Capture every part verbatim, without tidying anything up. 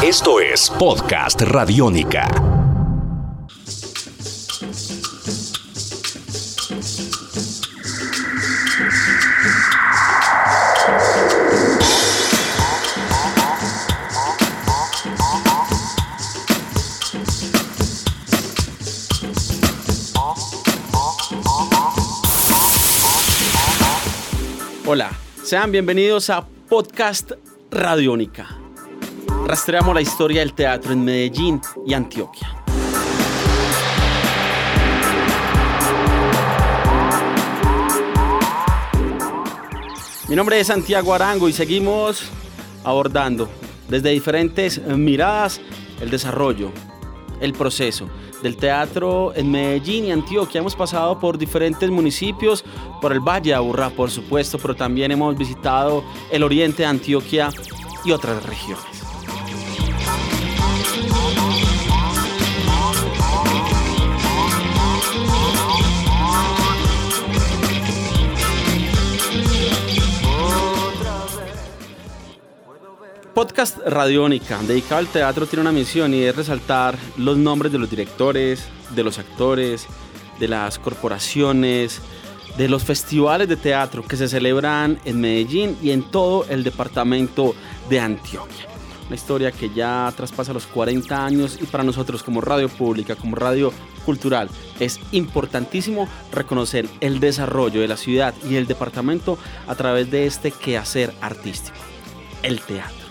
Esto es Podcast Radiónica. Hola, sean bienvenidos a Podcast Radiónica. Rastreamos la historia del teatro en Medellín y Antioquia. Mi nombre es Santiago Arango y seguimos abordando desde diferentes miradas el desarrollo, el proceso del teatro en Medellín y Antioquia. Hemos pasado por diferentes municipios, por el Valle de Aburrá, por supuesto, pero también hemos visitado el oriente de Antioquia y otras regiones. Podcast Radiónica, dedicado al teatro, tiene una misión y es resaltar los nombres de los directores, de los actores, de las corporaciones, de los festivales de teatro que se celebran en Medellín y en todo el departamento de Antioquia. Una historia que ya traspasa los cuarenta años y para nosotros como radio pública, como radio cultural, es importantísimo reconocer el desarrollo de la ciudad y el departamento a través de este quehacer artístico, el teatro.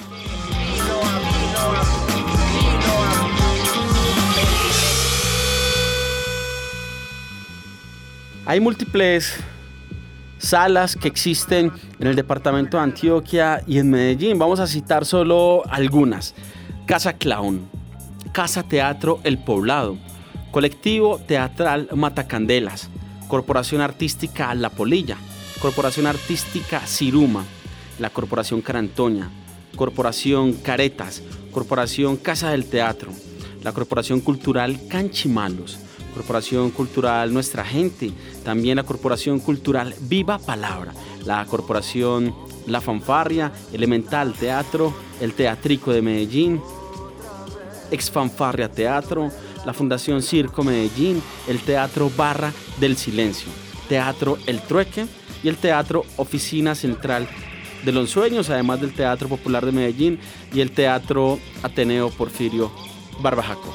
Hay múltiples salas que existen en el departamento de Antioquia y en Medellín. Vamos a citar solo algunas. Casa Clown, Casa Teatro El Poblado, Colectivo Teatral Matacandelas, Corporación Artística La Polilla, Corporación Artística Siruma, la Corporación Carantoña, Corporación Caretas, Corporación Casa del Teatro, la Corporación Cultural Canchimalos, Corporación Cultural Nuestra Gente, también la Corporación Cultural Viva Palabra, la Corporación La Fanfarria, Elemental Teatro, el Teatrico de Medellín, Exfanfarria Teatro, la Fundación Circo Medellín, el Teatro Barra del Silencio, Teatro El Trueque y el Teatro Oficina Central de los Sueños, además del Teatro Popular de Medellín y el Teatro Ateneo Porfirio Barbajaco.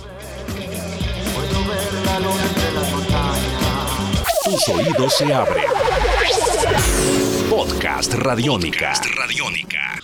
Tus oídos se abren. Podcast Radiónica. Podcast Radiónica.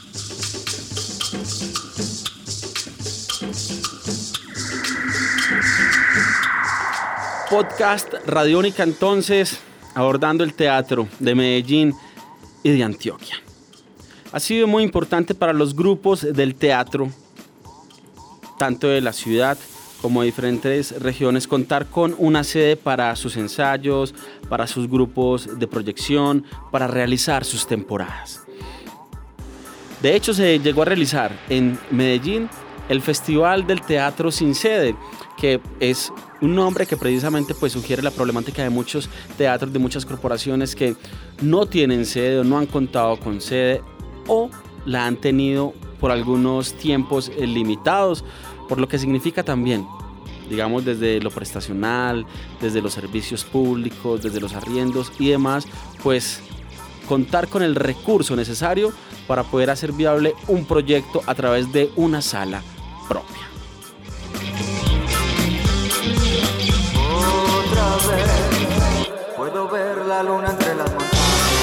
Podcast Radiónica, entonces, abordando el teatro de Medellín y de Antioquia. Ha sido muy importante para los grupos del teatro, tanto de la ciudad como de diferentes regiones, contar con una sede para sus ensayos, para sus grupos de proyección, para realizar sus temporadas. De hecho, se llegó a realizar en Medellín el Festival del Teatro Sin Sede, que es un nombre que precisamente pues, sugiere la problemática de muchos teatros, de muchas corporaciones que no tienen sede o no han contado con sede o la han tenido por algunos tiempos limitados, por lo que significa también, digamos, desde lo prestacional, desde los servicios públicos, desde los arriendos y demás, pues contar con el recurso necesario para poder hacer viable un proyecto a través de una sala propia. Otra vez puedo ver la luna entre las montañas.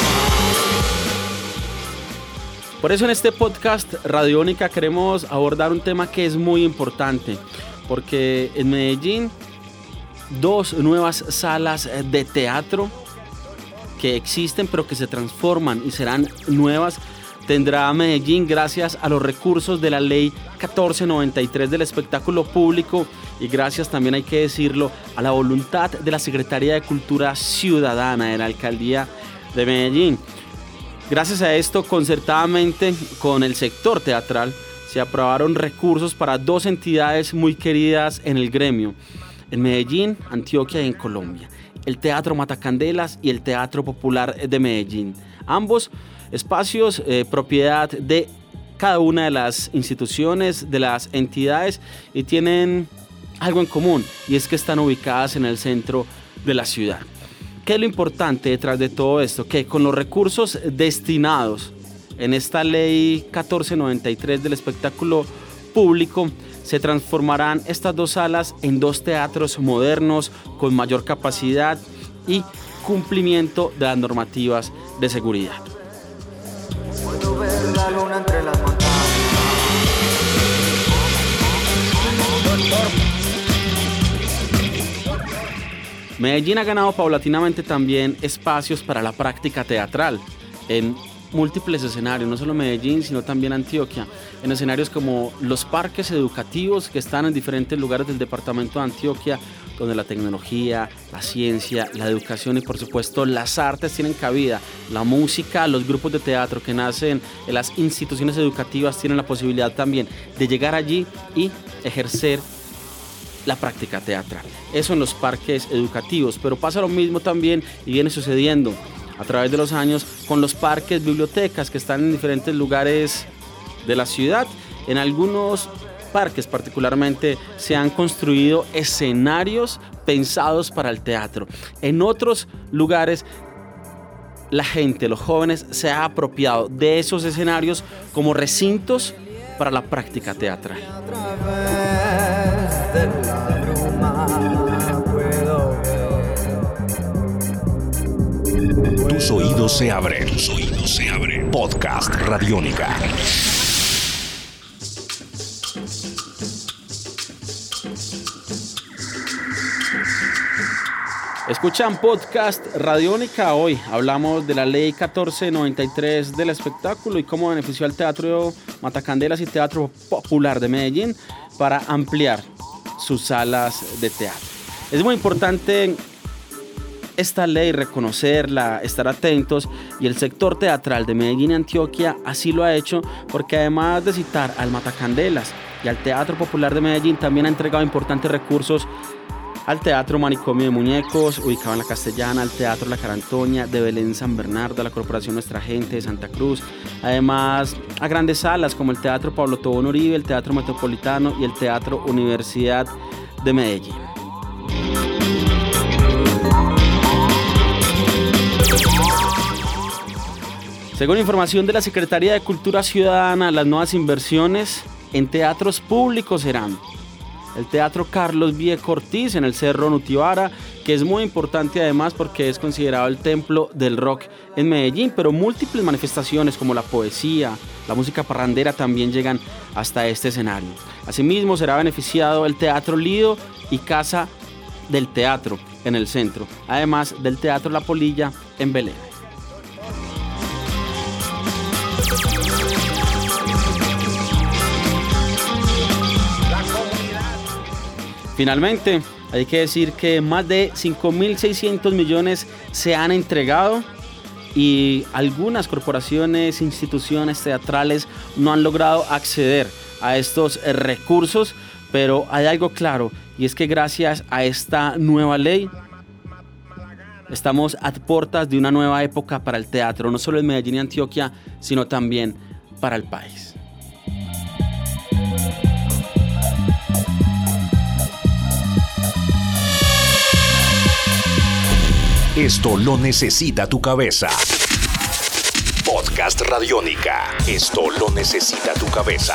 Por eso en este podcast Radiónica queremos abordar un tema que es muy importante, porque en Medellín dos nuevas salas de teatro que existen pero que se transforman y serán nuevas tendrá Medellín gracias a los recursos de la ley catorce noventa y tres del espectáculo público y gracias también, hay que decirlo, a la voluntad de la Secretaría de Cultura Ciudadana de la Alcaldía de Medellín. Gracias a esto, concertadamente con el sector teatral, se aprobaron recursos para dos entidades muy queridas en el gremio, en Medellín, Antioquia y en Colombia, el Teatro Matacandelas y el Teatro Popular de Medellín. Ambos espacios eh, propiedad de cada una de las instituciones, de las entidades, y tienen algo en común, y es que están ubicadas en el centro de la ciudad. ¿Qué es lo importante detrás de todo esto? Que con los recursos destinados en esta ley catorce noventa y tres del espectáculo público, se transformarán estas dos salas en dos teatros modernos con mayor capacidad y cumplimiento de las normativas de seguridad. Puedo ver la luna entre las montañas. Medellín ha ganado paulatinamente también espacios para la práctica teatral en múltiples escenarios, no solo Medellín, sino también Antioquia, en escenarios como los parques educativos que están en diferentes lugares del departamento de Antioquia, donde la tecnología, la ciencia, la educación y por supuesto las artes tienen cabida. La música, los grupos de teatro que nacen en las instituciones educativas tienen la posibilidad también de llegar allí y ejercer la práctica teatral. Eso en los parques educativos, pero pasa lo mismo también y viene sucediendo a través de los años con los parques, bibliotecas que están en diferentes lugares de la ciudad. En algunos parques particularmente se han construido escenarios pensados para el teatro. En otros lugares la gente, los jóvenes, se ha apropiado de esos escenarios como recintos para la práctica teatral. Tus oídos se abren. Tus oídos se abren. Podcast Radiónica. Escuchan Podcast Radiónica. Hoy hablamos de la ley catorce noventa y tres del espectáculo y cómo benefició al Teatro Matacandelas y Teatro Popular de Medellín para ampliar sus salas de teatro. Es muy importante esta ley, reconocerla, estar atentos, y el sector teatral de Medellín y Antioquia así lo ha hecho, porque además de citar al Matacandelas y al Teatro Popular de Medellín, también ha entregado importantes recursos al Teatro Manicomio de Muñecos, ubicado en la Castellana, al Teatro La Carantoña de Belén San Bernardo, a la Corporación Nuestra Gente de Santa Cruz, además a grandes salas como el Teatro Pablo Tobón Uribe, el Teatro Metropolitano y el Teatro Universidad de Medellín. Según información de la Secretaría de Cultura Ciudadana, las nuevas inversiones en teatros públicos serán el Teatro Carlos Vieco Ortiz en el Cerro Nutibara, que es muy importante además porque es considerado el templo del rock en Medellín, pero múltiples manifestaciones como la poesía, la música parrandera también llegan hasta este escenario. Asimismo será beneficiado el Teatro Lido y Casa del Teatro en el centro, además del Teatro La Polilla en Belén. Finalmente, hay que decir que más de cinco mil seiscientos millones se han entregado y algunas corporaciones, instituciones teatrales no han logrado acceder a estos recursos, pero hay algo claro, y es que gracias a esta nueva ley estamos a puertas de una nueva época para el teatro, no solo en Medellín y Antioquia, sino también para el país. Esto lo necesita tu cabeza. Podcast Radiónica. Esto lo necesita tu cabeza.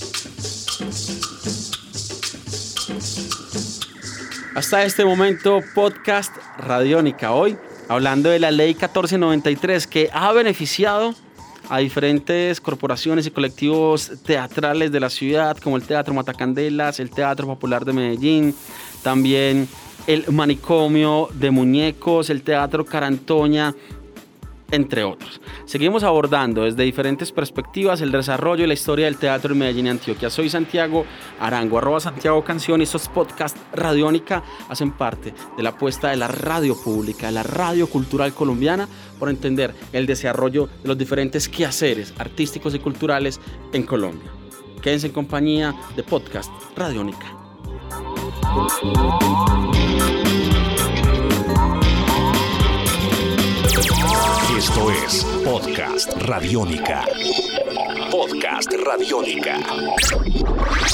Hasta este momento, Podcast Radiónica. Hoy, hablando de la ley catorce noventa y tres, que ha beneficiado a diferentes corporaciones y colectivos teatrales de la ciudad, como el Teatro Matacandelas, el Teatro Popular de Medellín, también el Manicomio de Muñecos, el Teatro Carantoña, entre otros. Seguimos abordando desde diferentes perspectivas el desarrollo y la historia del teatro en Medellín y Antioquia. Soy Santiago Arango, arroba Santiago Canción, y estos podcasts Radiónica hacen parte de la apuesta de la radio pública, de la radio cultural colombiana, por entender el desarrollo de los diferentes quehaceres artísticos y culturales en Colombia. Quédense en compañía de Podcast Radiónica. Esto es Podcast Radiónica. Podcast Radiónica.